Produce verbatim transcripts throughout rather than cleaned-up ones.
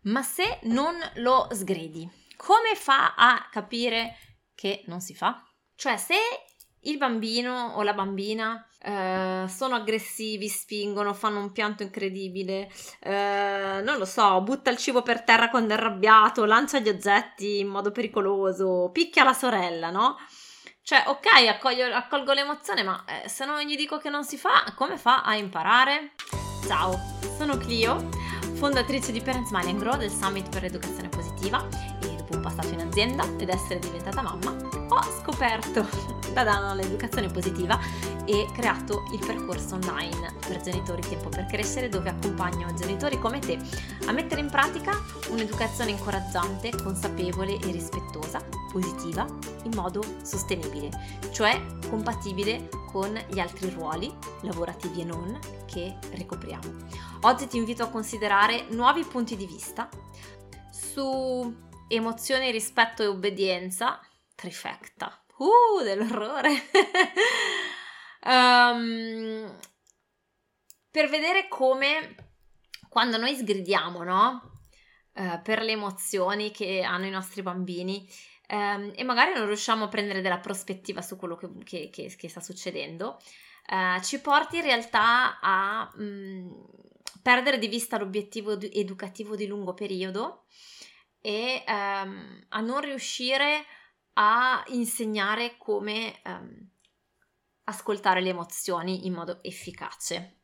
Ma se non lo sgridi, come fa a capire che non si fa? Cioè, se il bambino o la bambina eh, sono aggressivi, spingono, fanno un pianto incredibile, eh, non lo so, butta il cibo per terra quando è arrabbiato, lancia gli oggetti in modo pericoloso, picchia la sorella, no? Cioè, ok, accoglio, accolgo l'emozione, ma eh, se non gli dico che non si fa, come fa a imparare? Ciao, sono Clio, fondatrice di Parent Smile and Grow, del Summit per l'Educazione Positiva, e dopo un passato in azienda ed essere diventata mamma, ho scoperto da Dana l'educazione positiva e creato il percorso online per genitori Tempo per Crescere, dove accompagno genitori come te a mettere in pratica un'educazione incoraggiante, consapevole e rispettosa, positiva, in modo sostenibile, cioè compatibile con gli altri ruoli, lavorativi e non, che ricopriamo. Oggi ti invito a considerare nuovi punti di vista su emozioni, rispetto e obbedienza, trifecta, uh, dell'orrore, um, per vedere come quando noi sgridiamo, no? Uh, per le emozioni che hanno i nostri bambini, um, e magari non riusciamo a prendere della prospettiva su quello che, che, che, che sta succedendo, uh, ci porti in realtà a um, perdere di vista l'obiettivo educativo di lungo periodo e um, a non riuscire a insegnare come um, ascoltare le emozioni in modo efficace.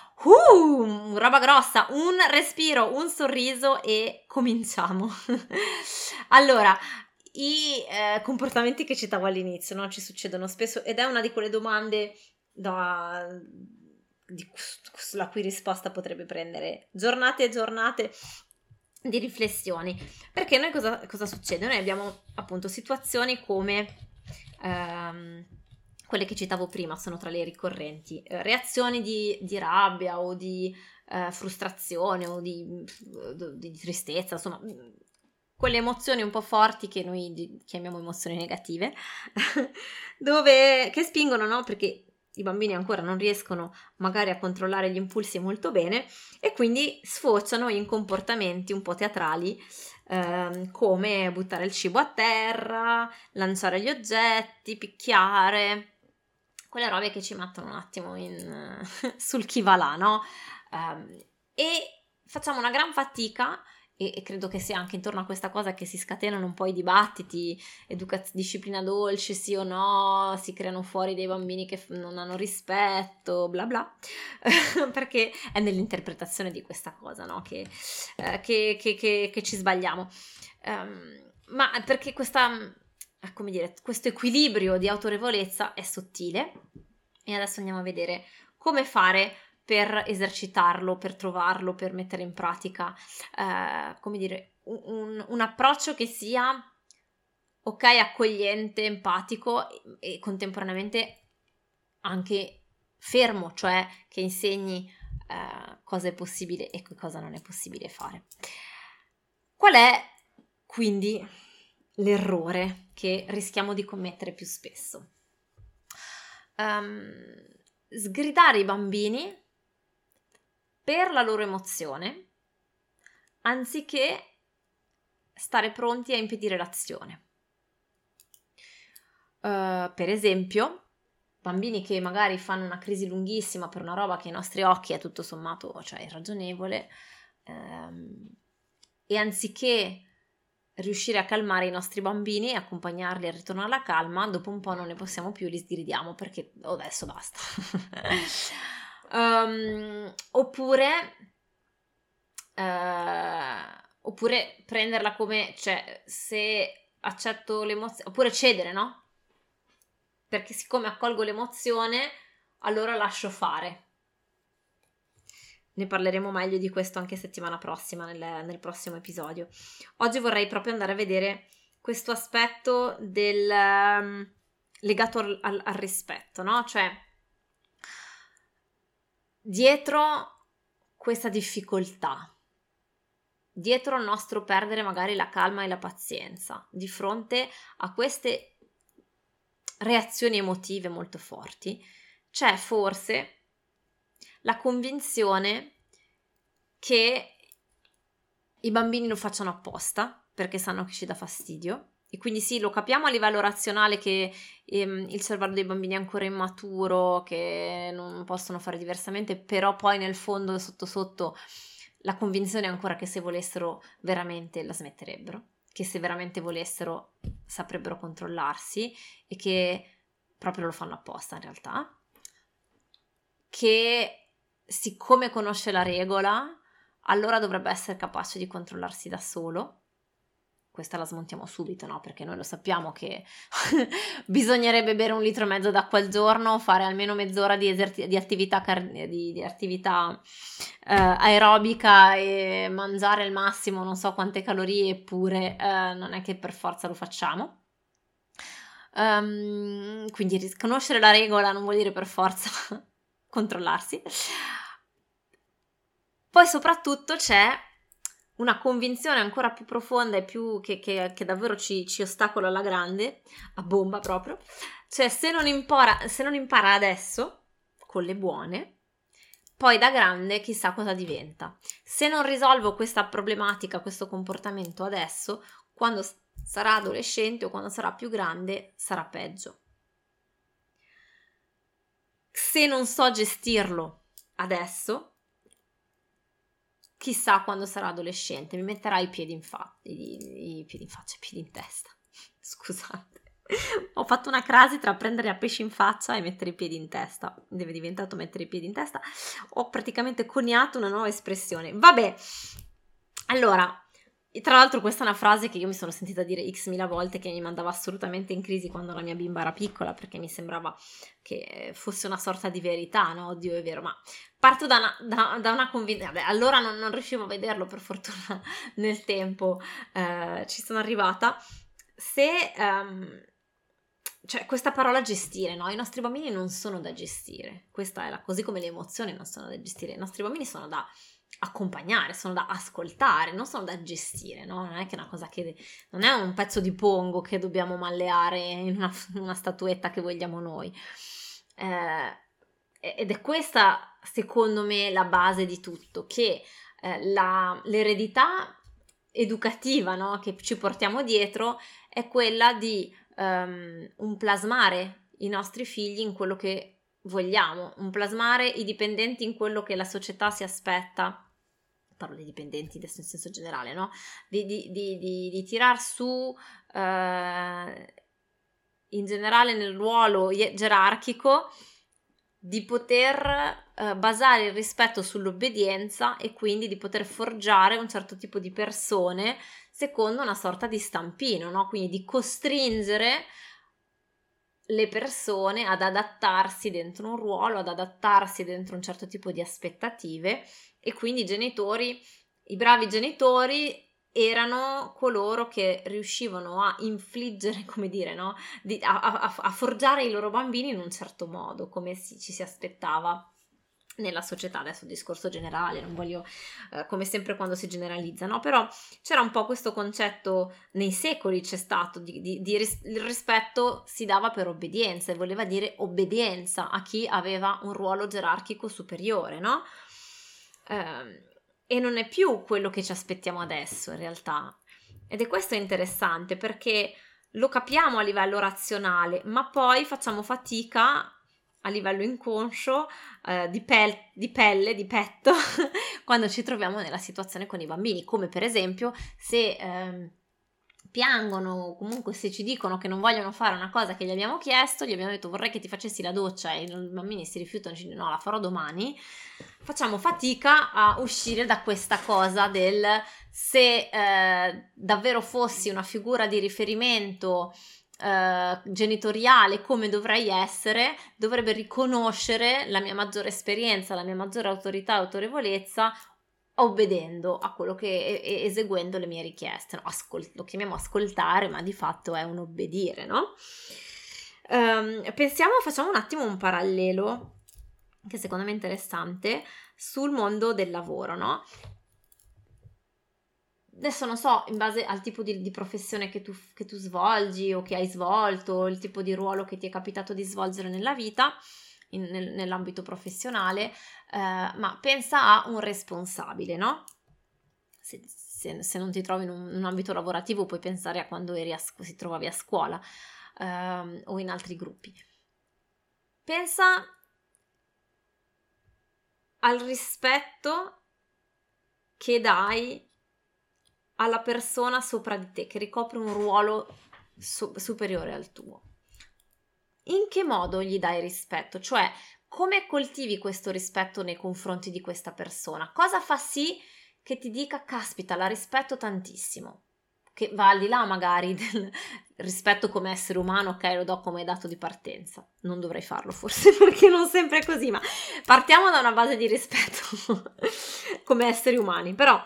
Uh, roba grossa, un respiro, un sorriso e cominciamo. Allora, i eh, comportamenti che citavo all'inizio, no? Ci succedono spesso ed è una di quelle domande da, di, sulla cui risposta potrebbe prendere giornate e giornate di riflessioni, perché noi cosa, cosa succede? Noi abbiamo appunto situazioni come ehm, quelle che citavo prima, sono tra le ricorrenti, eh, reazioni di, di rabbia o di eh, frustrazione o di, di tristezza, insomma quelle emozioni un po' forti che noi chiamiamo emozioni negative dove, che spingono, no? Perché i bambini ancora non riescono magari a controllare gli impulsi molto bene e quindi sfociano in comportamenti un po' teatrali, ehm, come buttare il cibo a terra, lanciare gli oggetti, picchiare, quelle robe che ci mettono un attimo in, sul chi va là, no? Um, e facciamo una gran fatica, e, e credo che sia anche intorno a questa cosa che si scatenano un po' i dibattiti, educaz- disciplina dolce sì o no, si creano fuori dei bambini che f- non hanno rispetto, bla bla, perché è nell'interpretazione di questa cosa, no? Che, eh, che, che, che, che ci sbagliamo. Um, ma perché questa... come dire, questo equilibrio di autorevolezza è sottile e adesso andiamo a vedere come fare per esercitarlo, per trovarlo, per mettere in pratica, eh, come dire, un, un approccio che sia ok, accogliente, empatico e, e contemporaneamente anche fermo, cioè che insegni eh, cosa è possibile e cosa non è possibile fare. Qual è quindi l'errore che rischiamo di commettere più spesso? Um, sgridare i bambini per la loro emozione anziché stare pronti a impedire l'azione. Uh, per esempio, bambini che magari fanno una crisi lunghissima per una roba che ai nostri occhi è tutto sommato, cioè irragionevole, um, e anziché riuscire a calmare i nostri bambini e accompagnarli al ritorno alla calma, dopo un po' non ne possiamo più, li sgridiamo perché oh, adesso basta. um, oppure uh, oppure prenderla come, cioè, se accetto l'emozione, oppure cedere, no? Perché siccome accolgo l'emozione, allora lascio fare. Ne parleremo meglio di questo anche settimana prossima, nel, nel prossimo episodio. Oggi vorrei proprio andare a vedere questo aspetto del um, legato al, al, al rispetto, no? Cioè, dietro questa difficoltà, dietro il nostro perdere magari la calma e la pazienza, di fronte a queste reazioni emotive molto forti, c'è forse la convinzione che i bambini lo facciano apposta perché sanno che ci dà fastidio. E quindi sì, lo capiamo a livello razionale che ehm, il cervello dei bambini è ancora immaturo, che non possono fare diversamente, però poi nel fondo, sotto sotto, la convinzione è ancora che se volessero veramente la smetterebbero, che se veramente volessero saprebbero controllarsi e che proprio lo fanno apposta in realtà, che siccome conosce la regola, allora dovrebbe essere capace di controllarsi da solo. Questa la smontiamo subito, no? Perché noi lo sappiamo che bisognerebbe bere un litro e mezzo d'acqua al giorno, fare almeno mezz'ora di, eserti- di attività, car- di, di attività eh, aerobica e mangiare al massimo non so quante calorie, eppure eh, non è che per forza lo facciamo. Um, quindi conoscere la regola non vuol dire per forza controllarsi. Poi soprattutto c'è una convinzione ancora più profonda e più che, che, che davvero ci, ci ostacola alla grande, a bomba proprio, cioè se non impara, se non impara adesso, con le buone, poi da grande chissà cosa diventa. Se non risolvo questa problematica, questo comportamento adesso, quando sarà adolescente o quando sarà più grande, sarà peggio. Se non so gestirlo adesso, chissà quando sarà adolescente, mi metterà i piedi in, fa- i, i piedi in faccia, i piedi in testa. Scusate, ho fatto una crasi tra prendere a pesci in faccia e mettere i piedi in testa. Deve diventato mettere i piedi in testa. Ho praticamente coniato una nuova espressione. Vabbè, allora, tra l'altro questa è una frase che io mi sono sentita dire x mila volte, che mi mandava assolutamente in crisi quando la mia bimba era piccola, perché mi sembrava che fosse una sorta di verità, no? Oddio, è vero, ma parto da una, da, da una convinzione. Allora non, non riuscivo a vederlo, per fortuna nel tempo eh, ci sono arrivata. Se um, cioè questa parola gestire, no? I nostri bambini non sono da gestire, questa è la, così come le emozioni non sono da gestire, i nostri bambini sono da accompagnare, sono da ascoltare, non sono da gestire, no? Non è che è una cosa che non è un pezzo di pongo che dobbiamo malleare in una, una statuetta che vogliamo noi. Eh, ed è questa, secondo me, la base di tutto, che eh, la, l'eredità educativa, no? Che ci portiamo dietro è quella di um, un plasmare i nostri figli in quello che vogliamo, un plasmare i dipendenti in quello che la società si aspetta. Parlo dei dipendenti adesso in senso generale, no? Di, di, di, di, di tirar su eh, in generale nel ruolo gerarchico, di poter eh, basare il rispetto sull'obbedienza e quindi di poter forgiare un certo tipo di persone secondo una sorta di stampino, no? Quindi di costringere le persone ad adattarsi dentro un ruolo, ad adattarsi dentro un certo tipo di aspettative, e quindi i genitori, i bravi genitori erano coloro che riuscivano a infliggere, come dire, no? Di, a, a, a forgiare i loro bambini in un certo modo, come si, ci si aspettava nella società. Adesso un discorso generale, non voglio eh, come sempre quando si generalizza, no? Però c'era un po' questo concetto, nei secoli c'è stato di, di, di ris- il rispetto si dava per obbedienza, e voleva dire obbedienza a chi aveva un ruolo gerarchico superiore, no? Eh, e non è più quello che ci aspettiamo adesso in realtà, ed è questo interessante, perché lo capiamo a livello razionale, ma poi facciamo fatica a livello inconscio, eh, di, pel- di pelle, di petto, quando ci troviamo nella situazione con i bambini, come per esempio se ehm, piangono, o comunque se ci dicono che non vogliono fare una cosa che gli abbiamo chiesto, gli abbiamo detto vorrei che ti facessi la doccia, e i bambini si rifiutano e ci dicono no, la farò domani. Facciamo fatica a uscire da questa cosa del se eh, davvero fossi una figura di riferimento Uh, genitoriale come dovrei essere, dovrebbe riconoscere la mia maggiore esperienza, la mia maggiore autorità e autorevolezza obbedendo a quello che e, eseguendo le mie richieste, no? Ascol- lo chiamiamo ascoltare, ma di fatto è un obbedire, no? Um, pensiamo, facciamo un attimo un parallelo che secondo me è interessante sul mondo del lavoro, no? Adesso non so, in base al tipo di, di professione che tu, che tu svolgi o che hai svolto, il tipo di ruolo che ti è capitato di svolgere nella vita, in, nel, nell'ambito professionale, eh, ma pensa a un responsabile, no? Se, se se, se non ti trovi in un, in un ambito lavorativo puoi pensare a quando eri a, si trovavi a scuola ehm, o in altri gruppi. Pensa al rispetto che dai alla persona sopra di te, che ricopre un ruolo su- superiore al tuo. In che modo gli dai rispetto? Cioè, come coltivi questo rispetto nei confronti di questa persona? Cosa fa sì che ti dica, caspita, la rispetto tantissimo? Che va al di là magari del rispetto come essere umano, ok, lo do come dato di partenza. Non dovrei farlo forse perché non sempre è così, ma partiamo da una base di rispetto come esseri umani. Però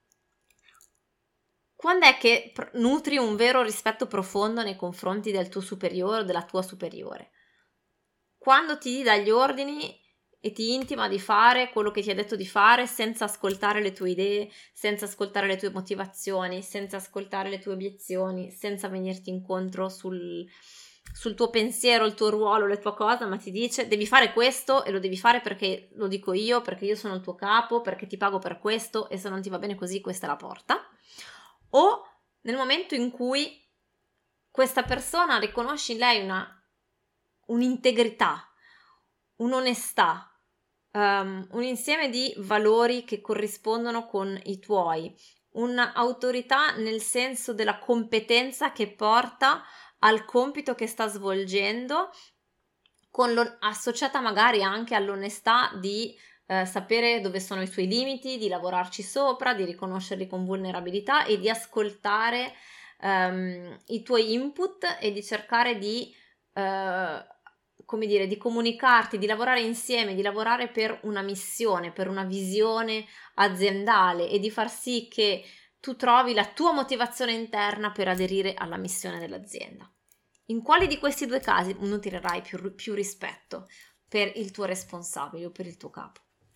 quando è che pr- nutri un vero rispetto profondo nei confronti del tuo superiore o della tua superiore? Quando ti dà gli ordini e ti intima di fare quello che ti ha detto di fare senza ascoltare le tue idee, senza ascoltare le tue motivazioni, senza ascoltare le tue obiezioni, senza venirti incontro sul, sul tuo pensiero, il tuo ruolo, le tue cose, ma ti dice devi fare questo e lo devi fare perché lo dico io, perché io sono il tuo capo, perché ti pago per questo e se non ti va bene così questa è la porta. O nel momento in cui questa persona riconosci in lei una, un'integrità, un'onestà, um, un insieme di valori che corrispondono con i tuoi, un'autorità nel senso della competenza che porta al compito che sta svolgendo, con lo, associata magari anche all'onestà di eh, sapere dove sono i suoi limiti, di lavorarci sopra, di riconoscerli con vulnerabilità e di ascoltare um, i tuoi input e di cercare di, uh, come dire, di comunicarti, di lavorare insieme, di lavorare per una missione, per una visione aziendale e di far sì che tu trovi la tua motivazione interna per aderire alla missione dell'azienda. In quali di questi due casi nutrerai più, più rispetto per il tuo responsabile o per il tuo capo?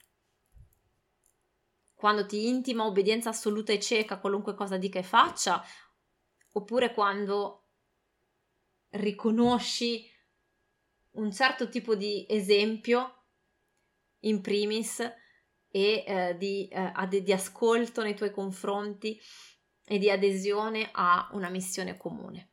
Quando ti intima obbedienza assoluta e cieca a qualunque cosa dica e faccia, oppure quando riconosci un certo tipo di esempio in primis e eh, di, eh, ad, di ascolto nei tuoi confronti e di adesione a una missione comune.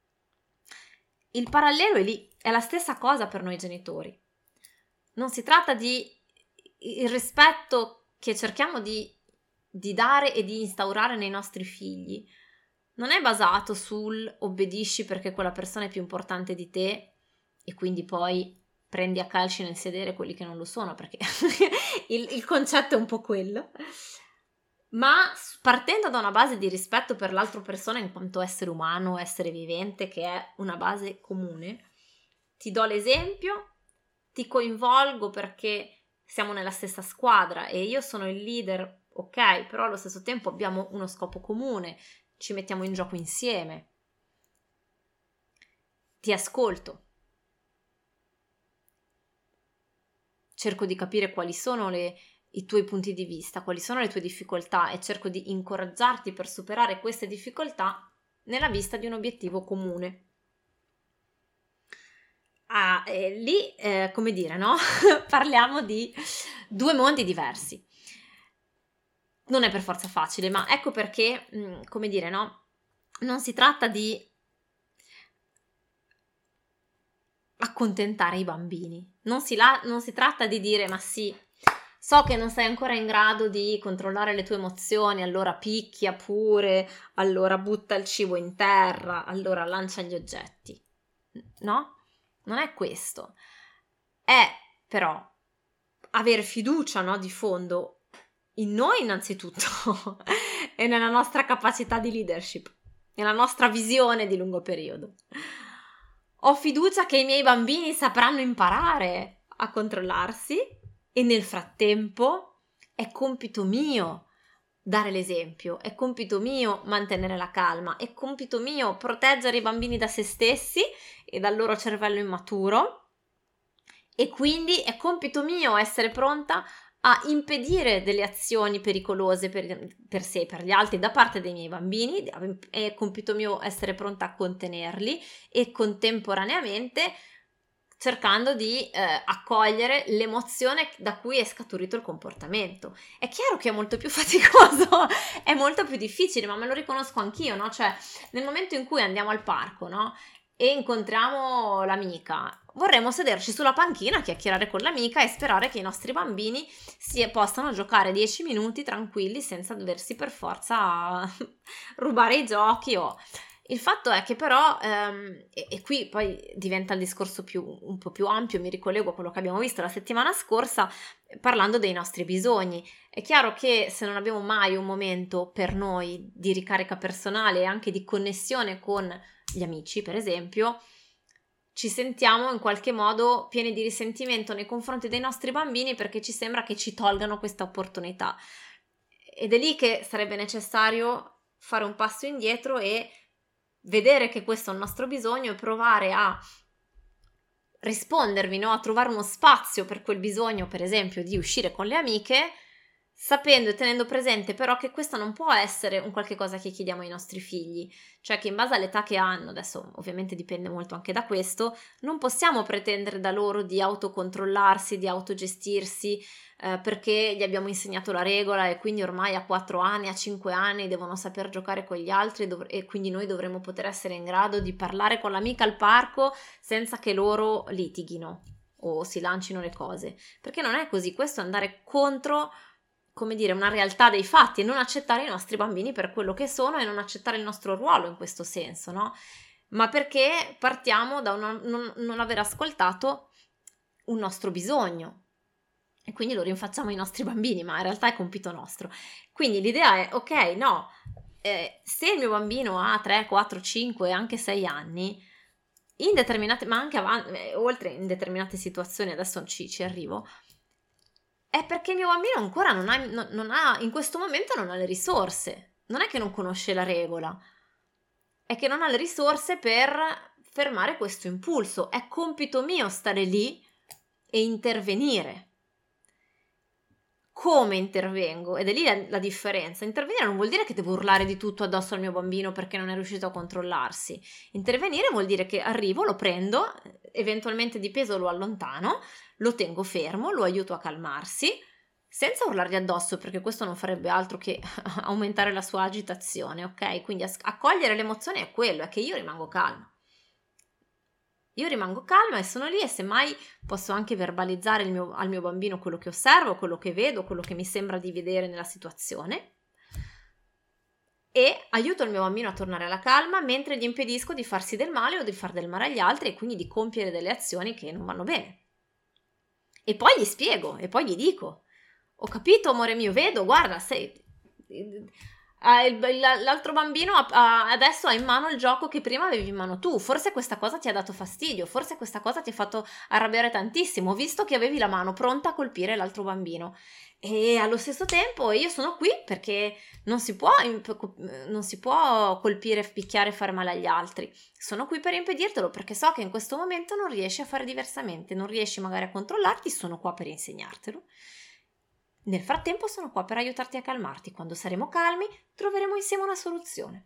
Il parallelo è lì, è la stessa cosa per noi genitori. Non si tratta di il rispetto che cerchiamo di, di dare e di instaurare nei nostri figli. Non è basato sul obbedisci perché quella persona è più importante di te e quindi poi prendi a calci nel sedere quelli che non lo sono, perché il, il concetto è un po' quello. Ma partendo da una base di rispetto per l'altra persona in quanto essere umano, essere vivente, che è una base comune, ti do l'esempio, ti coinvolgo perché siamo nella stessa squadra e io sono il leader, ok, però allo stesso tempo abbiamo uno scopo comune, ci mettiamo in gioco insieme, ti ascolto, cerco di capire quali sono le i tuoi punti di vista, quali sono le tue difficoltà e cerco di incoraggiarti per superare queste difficoltà nella vista di un obiettivo comune. Ah, eh, lì, eh, come dire, no? Parliamo di due mondi diversi. Non è per forza facile, ma ecco perché, mh, come dire, no? Non si tratta di accontentare i bambini. Non si, la- non si tratta di dire, ma sì, so che non sei ancora in grado di controllare le tue emozioni, allora picchia pure, allora butta il cibo in terra, allora lancia gli oggetti. No? Non è questo. È però avere fiducia, no, di fondo in noi innanzitutto e nella nostra capacità di leadership, nella nostra visione di lungo periodo. Ho fiducia che i miei bambini sapranno imparare a controllarsi e nel frattempo è compito mio dare l'esempio, è compito mio mantenere la calma, è compito mio proteggere i bambini da se stessi e dal loro cervello immaturo e quindi è compito mio essere pronta a impedire delle azioni pericolose per, per sé e per gli altri da parte dei miei bambini, è compito mio essere pronta a contenerli e contemporaneamente cercando di eh, accogliere l'emozione da cui è scaturito il comportamento. È chiaro che è molto più faticoso, è molto più difficile, ma me lo riconosco anch'io, no? Cioè, nel momento in cui andiamo al parco, no? E incontriamo l'amica, vorremmo sederci sulla panchina, chiacchierare con l'amica e sperare che i nostri bambini si possano giocare dieci minuti tranquilli senza doversi per forza rubare i giochi o... Il fatto è che però, ehm, e, e qui poi diventa il discorso più, un po' più ampio, mi ricollego a quello che abbiamo visto la settimana scorsa, parlando dei nostri bisogni. È chiaro che se non abbiamo mai un momento per noi di ricarica personale e anche di connessione con gli amici, per esempio, ci sentiamo in qualche modo pieni di risentimento nei confronti dei nostri bambini perché ci sembra che ci tolgano questa opportunità. Ed è lì che sarebbe necessario fare un passo indietro e vedere che questo è un nostro bisogno e provare a rispondervi, no? A trovare uno spazio per quel bisogno, per esempio, di uscire con le amiche, sapendo e tenendo presente però che questo non può essere un qualche cosa che chiediamo ai nostri figli, cioè che in base all'età che hanno, adesso ovviamente dipende molto anche da questo, non possiamo pretendere da loro di autocontrollarsi, di autogestirsi, eh, perché gli abbiamo insegnato la regola e quindi ormai a quattro anni, a cinque anni devono saper giocare con gli altri dov- e quindi noi dovremmo poter essere in grado di parlare con l'amica al parco senza che loro litighino o si lancino le cose, perché non è così, questo è andare contro, come dire, una realtà dei fatti e non accettare i nostri bambini per quello che sono e non accettare il nostro ruolo in questo senso, no? Ma perché partiamo da una, non, non aver ascoltato un nostro bisogno e quindi lo rinfacciamo ai nostri bambini, ma in realtà è compito nostro. Quindi l'idea è, ok, no, eh, se il mio bambino ha tre, quattro, cinque, anche sei anni, in determinate, ma anche avanti, eh, oltre in determinate situazioni, adesso ci, ci arrivo, è perché il mio bambino ancora non ha, non, non ha, in questo momento non ha le risorse. Non è che non conosce la regola, è che non ha le risorse per fermare questo impulso. È compito mio stare lì e intervenire. Come intervengo? Ed è lì la, la differenza. Intervenire non vuol dire che devo urlare di tutto addosso al mio bambino perché non è riuscito a controllarsi. Intervenire vuol dire che arrivo, lo prendo, eventualmente di peso lo allontano, lo tengo fermo, lo aiuto a calmarsi, senza urlargli addosso, perché questo non farebbe altro che aumentare la sua agitazione, ok? Quindi accogliere l'emozione è quello, è che io rimango calma. Io rimango calma e sono lì e semmai posso anche verbalizzare il mio, al mio bambino quello che osservo, quello che vedo, quello che mi sembra di vedere nella situazione e aiuto il mio bambino a tornare alla calma mentre gli impedisco di farsi del male o di far del male agli altri e quindi di compiere delle azioni che non vanno bene. E poi gli spiego e poi gli dico: ho capito amore mio, vedo, guarda, sei... l'altro bambino adesso ha in mano il gioco che prima avevi in mano tu, forse questa cosa ti ha dato fastidio, forse questa cosa ti ha fatto arrabbiare tantissimo, visto che avevi la mano pronta a colpire l'altro bambino. E allo stesso tempo io sono qui perché non si può, non si può colpire, picchiare e fare male agli altri. Sono qui per impedirtelo perché so che in questo momento non riesci a fare diversamente, non riesci magari a controllarti, sono qua per insegnartelo. Nel frattempo sono qua per aiutarti a calmarti. Quando saremo calmi troveremo insieme una soluzione.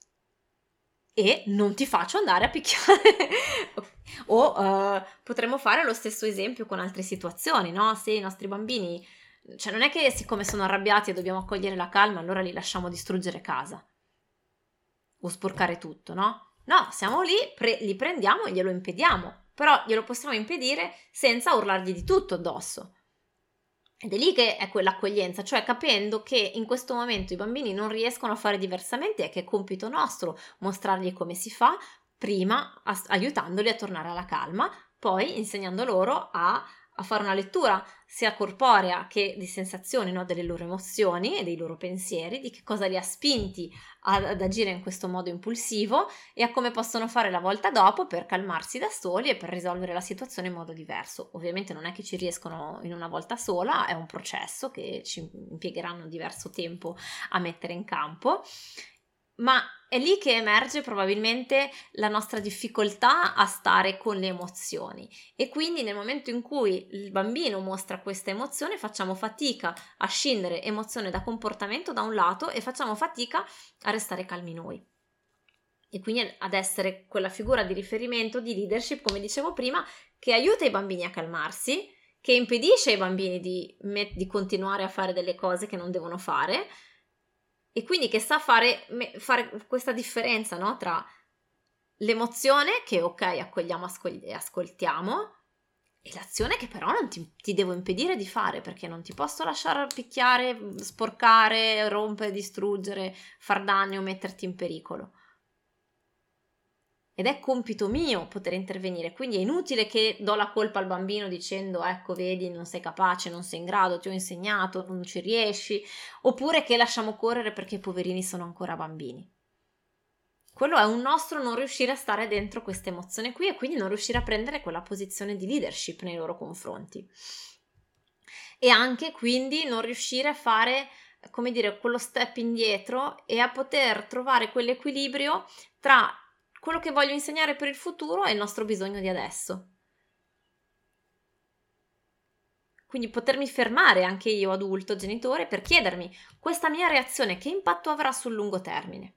E non ti faccio andare a picchiare. O uh, potremmo fare lo stesso esempio con altre situazioni, no? Se i nostri bambini... Cioè non è che siccome sono arrabbiati e dobbiamo accogliere la calma, allora li lasciamo distruggere casa. O sporcare tutto, no? No, siamo lì, pre- li prendiamo e glielo impediamo. Però glielo possiamo impedire senza urlargli di tutto addosso. Ed è lì che è quell'accoglienza, cioè capendo che in questo momento i bambini non riescono a fare diversamente e che è compito nostro mostrargli come si fa, prima a, aiutandoli a tornare alla calma, poi insegnando loro a, a fare una lettura sia corporea che di sensazioni, no? Delle loro emozioni e dei loro pensieri, di che cosa li ha spinti ad, ad agire in questo modo impulsivo e a come possono fare la volta dopo per calmarsi da soli e per risolvere la situazione in modo diverso. Ovviamente non è che ci riescono in una volta sola, è un processo che ci impiegheranno diverso tempo a mettere in campo, ma è lì che emerge probabilmente la nostra difficoltà a stare con le emozioni e quindi nel momento in cui il bambino mostra questa emozione facciamo fatica a scindere emozione da comportamento da un lato e facciamo fatica a restare calmi noi. e quindi ad essere quella figura di riferimento, di leadership, come dicevo prima, che aiuta i bambini a calmarsi, che impedisce ai bambini di, met- di continuare a fare delle cose che non devono fare, e quindi che sa fare, me- fare questa differenza, no? Tra l'emozione che ok accogliamo ascol- e ascoltiamo, e l'azione che però non ti, ti devo impedire di fare, perché non ti posso lasciare picchiare, sporcare, rompere, distruggere, far danni o metterti in pericolo. Ed è compito mio poter intervenire, quindi è inutile che do la colpa al bambino dicendo ecco vedi non sei capace, non sei in grado, ti ho insegnato, non ci riesci, oppure che lasciamo correre perché i poverini sono ancora bambini. Quello è un nostro non riuscire a stare dentro questa emozione qui e quindi non riuscire a prendere quella posizione di leadership nei loro confronti. E anche quindi non riuscire a fare, come dire, quello step indietro e a poter trovare quell'equilibrio tra quello che voglio insegnare per il futuro e il nostro bisogno di adesso. Quindi potermi fermare anche io, adulto, genitore, per chiedermi questa mia reazione che impatto avrà sul lungo termine.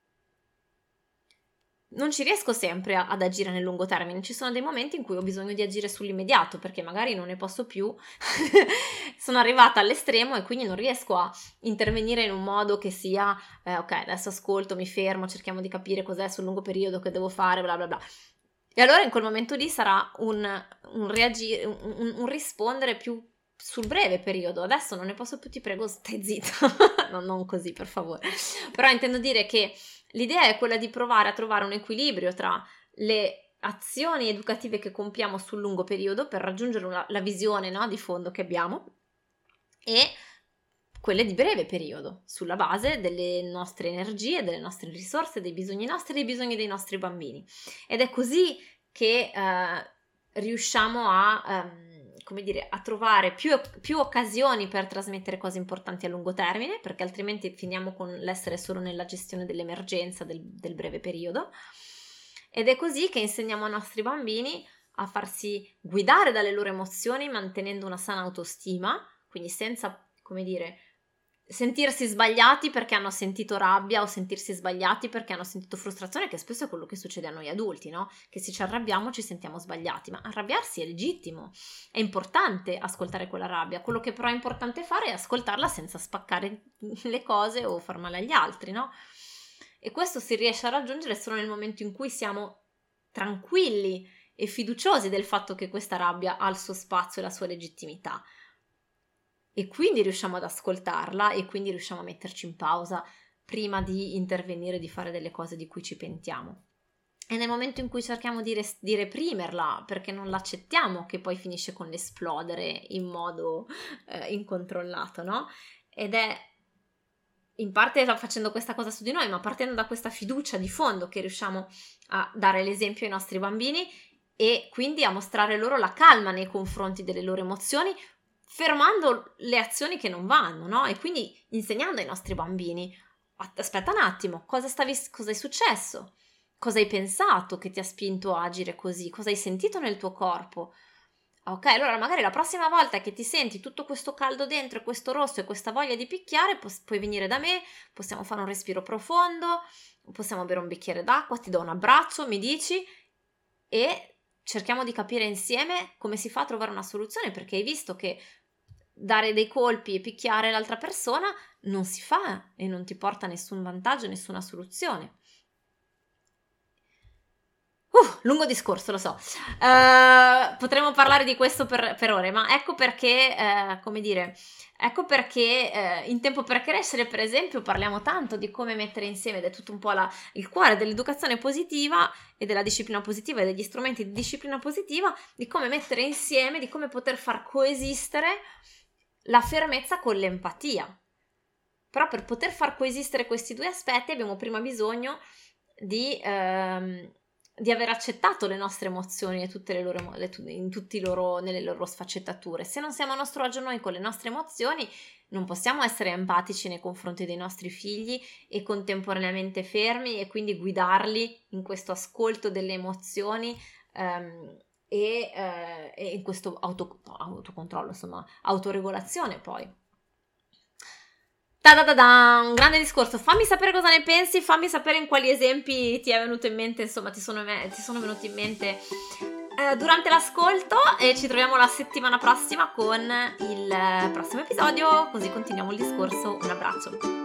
Non ci riesco sempre a, ad agire nel lungo termine, ci sono dei momenti in cui ho bisogno di agire sull'immediato perché magari non ne posso più, sono arrivata all'estremo e quindi non riesco a intervenire in un modo che sia eh, ok, adesso ascolto, mi fermo, cerchiamo di capire cos'è sul lungo periodo che devo fare, bla bla bla. E allora in quel momento lì sarà un, un reagire, un, un rispondere più sul breve periodo. Adesso non ne posso più, ti prego, stai zitta. No, non così, per favore. Però intendo dire che l'idea è quella di provare a trovare un equilibrio tra le azioni educative che compiamo sul lungo periodo per raggiungere una, la visione, no, di fondo che abbiamo e quelle di breve periodo, sulla base delle nostre energie, delle nostre risorse, dei bisogni nostri e dei bisogni dei nostri bambini. Ed è così che eh, riusciamo a, um, come dire, a trovare più, più occasioni per trasmettere cose importanti a lungo termine, perché altrimenti finiamo con l'essere solo nella gestione dell'emergenza del, del breve periodo. Ed è così che insegniamo ai nostri bambini a farsi guidare dalle loro emozioni mantenendo una sana autostima, quindi senza, come dire, sentirsi sbagliati perché hanno sentito rabbia o sentirsi sbagliati perché hanno sentito frustrazione, che spesso è quello che succede a noi adulti, no? Che se ci arrabbiamo ci sentiamo sbagliati, ma arrabbiarsi è legittimo, è importante ascoltare quella rabbia, quello che però è importante fare è ascoltarla senza spaccare le cose o far male agli altri, no? E questo si riesce a raggiungere solo nel momento in cui siamo tranquilli e fiduciosi del fatto che questa rabbia ha il suo spazio e la sua legittimità. E quindi riusciamo ad ascoltarla e quindi riusciamo a metterci in pausa prima di intervenire, di fare delle cose di cui ci pentiamo. E nel momento in cui cerchiamo di, res- di reprimerla perché non l'accettiamo, che poi finisce con l'esplodere in modo eh, incontrollato, no? Ed è in parte facendo questa cosa su di noi, ma partendo da questa fiducia di fondo che riusciamo a dare l'esempio ai nostri bambini e quindi a mostrare loro la calma nei confronti delle loro emozioni, fermando le azioni che non vanno, no? E quindi insegnando ai nostri bambini, aspetta un attimo, cosa, stavi, cosa è successo? Cosa hai pensato che ti ha spinto a agire così? Cosa hai sentito nel tuo corpo? Ok, allora magari la prossima volta che ti senti tutto questo caldo dentro e questo rosso e questa voglia di picchiare, pu- puoi venire da me, possiamo fare un respiro profondo, possiamo bere un bicchiere d'acqua, ti do un abbraccio, mi dici e cerchiamo di capire insieme come si fa a trovare una soluzione, perché hai visto che dare dei colpi e picchiare l'altra persona non si fa e non ti porta nessun vantaggio, nessuna soluzione. Uh, lungo discorso, lo so. Uh, potremmo parlare di questo per, per ore, ma ecco perché, uh, come dire, ecco perché uh, in Tempo per Crescere, per esempio, parliamo tanto di come mettere insieme, ed è tutto un po' la, il cuore dell'educazione positiva e della disciplina positiva e degli strumenti di disciplina positiva, di come mettere insieme, di come poter far coesistere la fermezza con l'empatia. Però per poter far coesistere questi due aspetti abbiamo prima bisogno di... Um, di aver accettato le nostre emozioni e tutte le loro, le, in tutti loro, nelle loro sfaccettature. Se non siamo a nostro agio noi con le nostre emozioni, non possiamo essere empatici nei confronti dei nostri figli e contemporaneamente fermi e quindi guidarli in questo ascolto delle emozioni um, e, uh, e in questo auto, autocontrollo, insomma, autoregolazione poi. Da da da da, un grande discorso. Fammi sapere cosa ne pensi, fammi sapere in quali esempi ti è venuto in mente, insomma, ti sono, ti sono venuti in mente eh, durante l'ascolto, e ci troviamo la settimana prossima con il prossimo episodio, così continuiamo il discorso. Un abbraccio.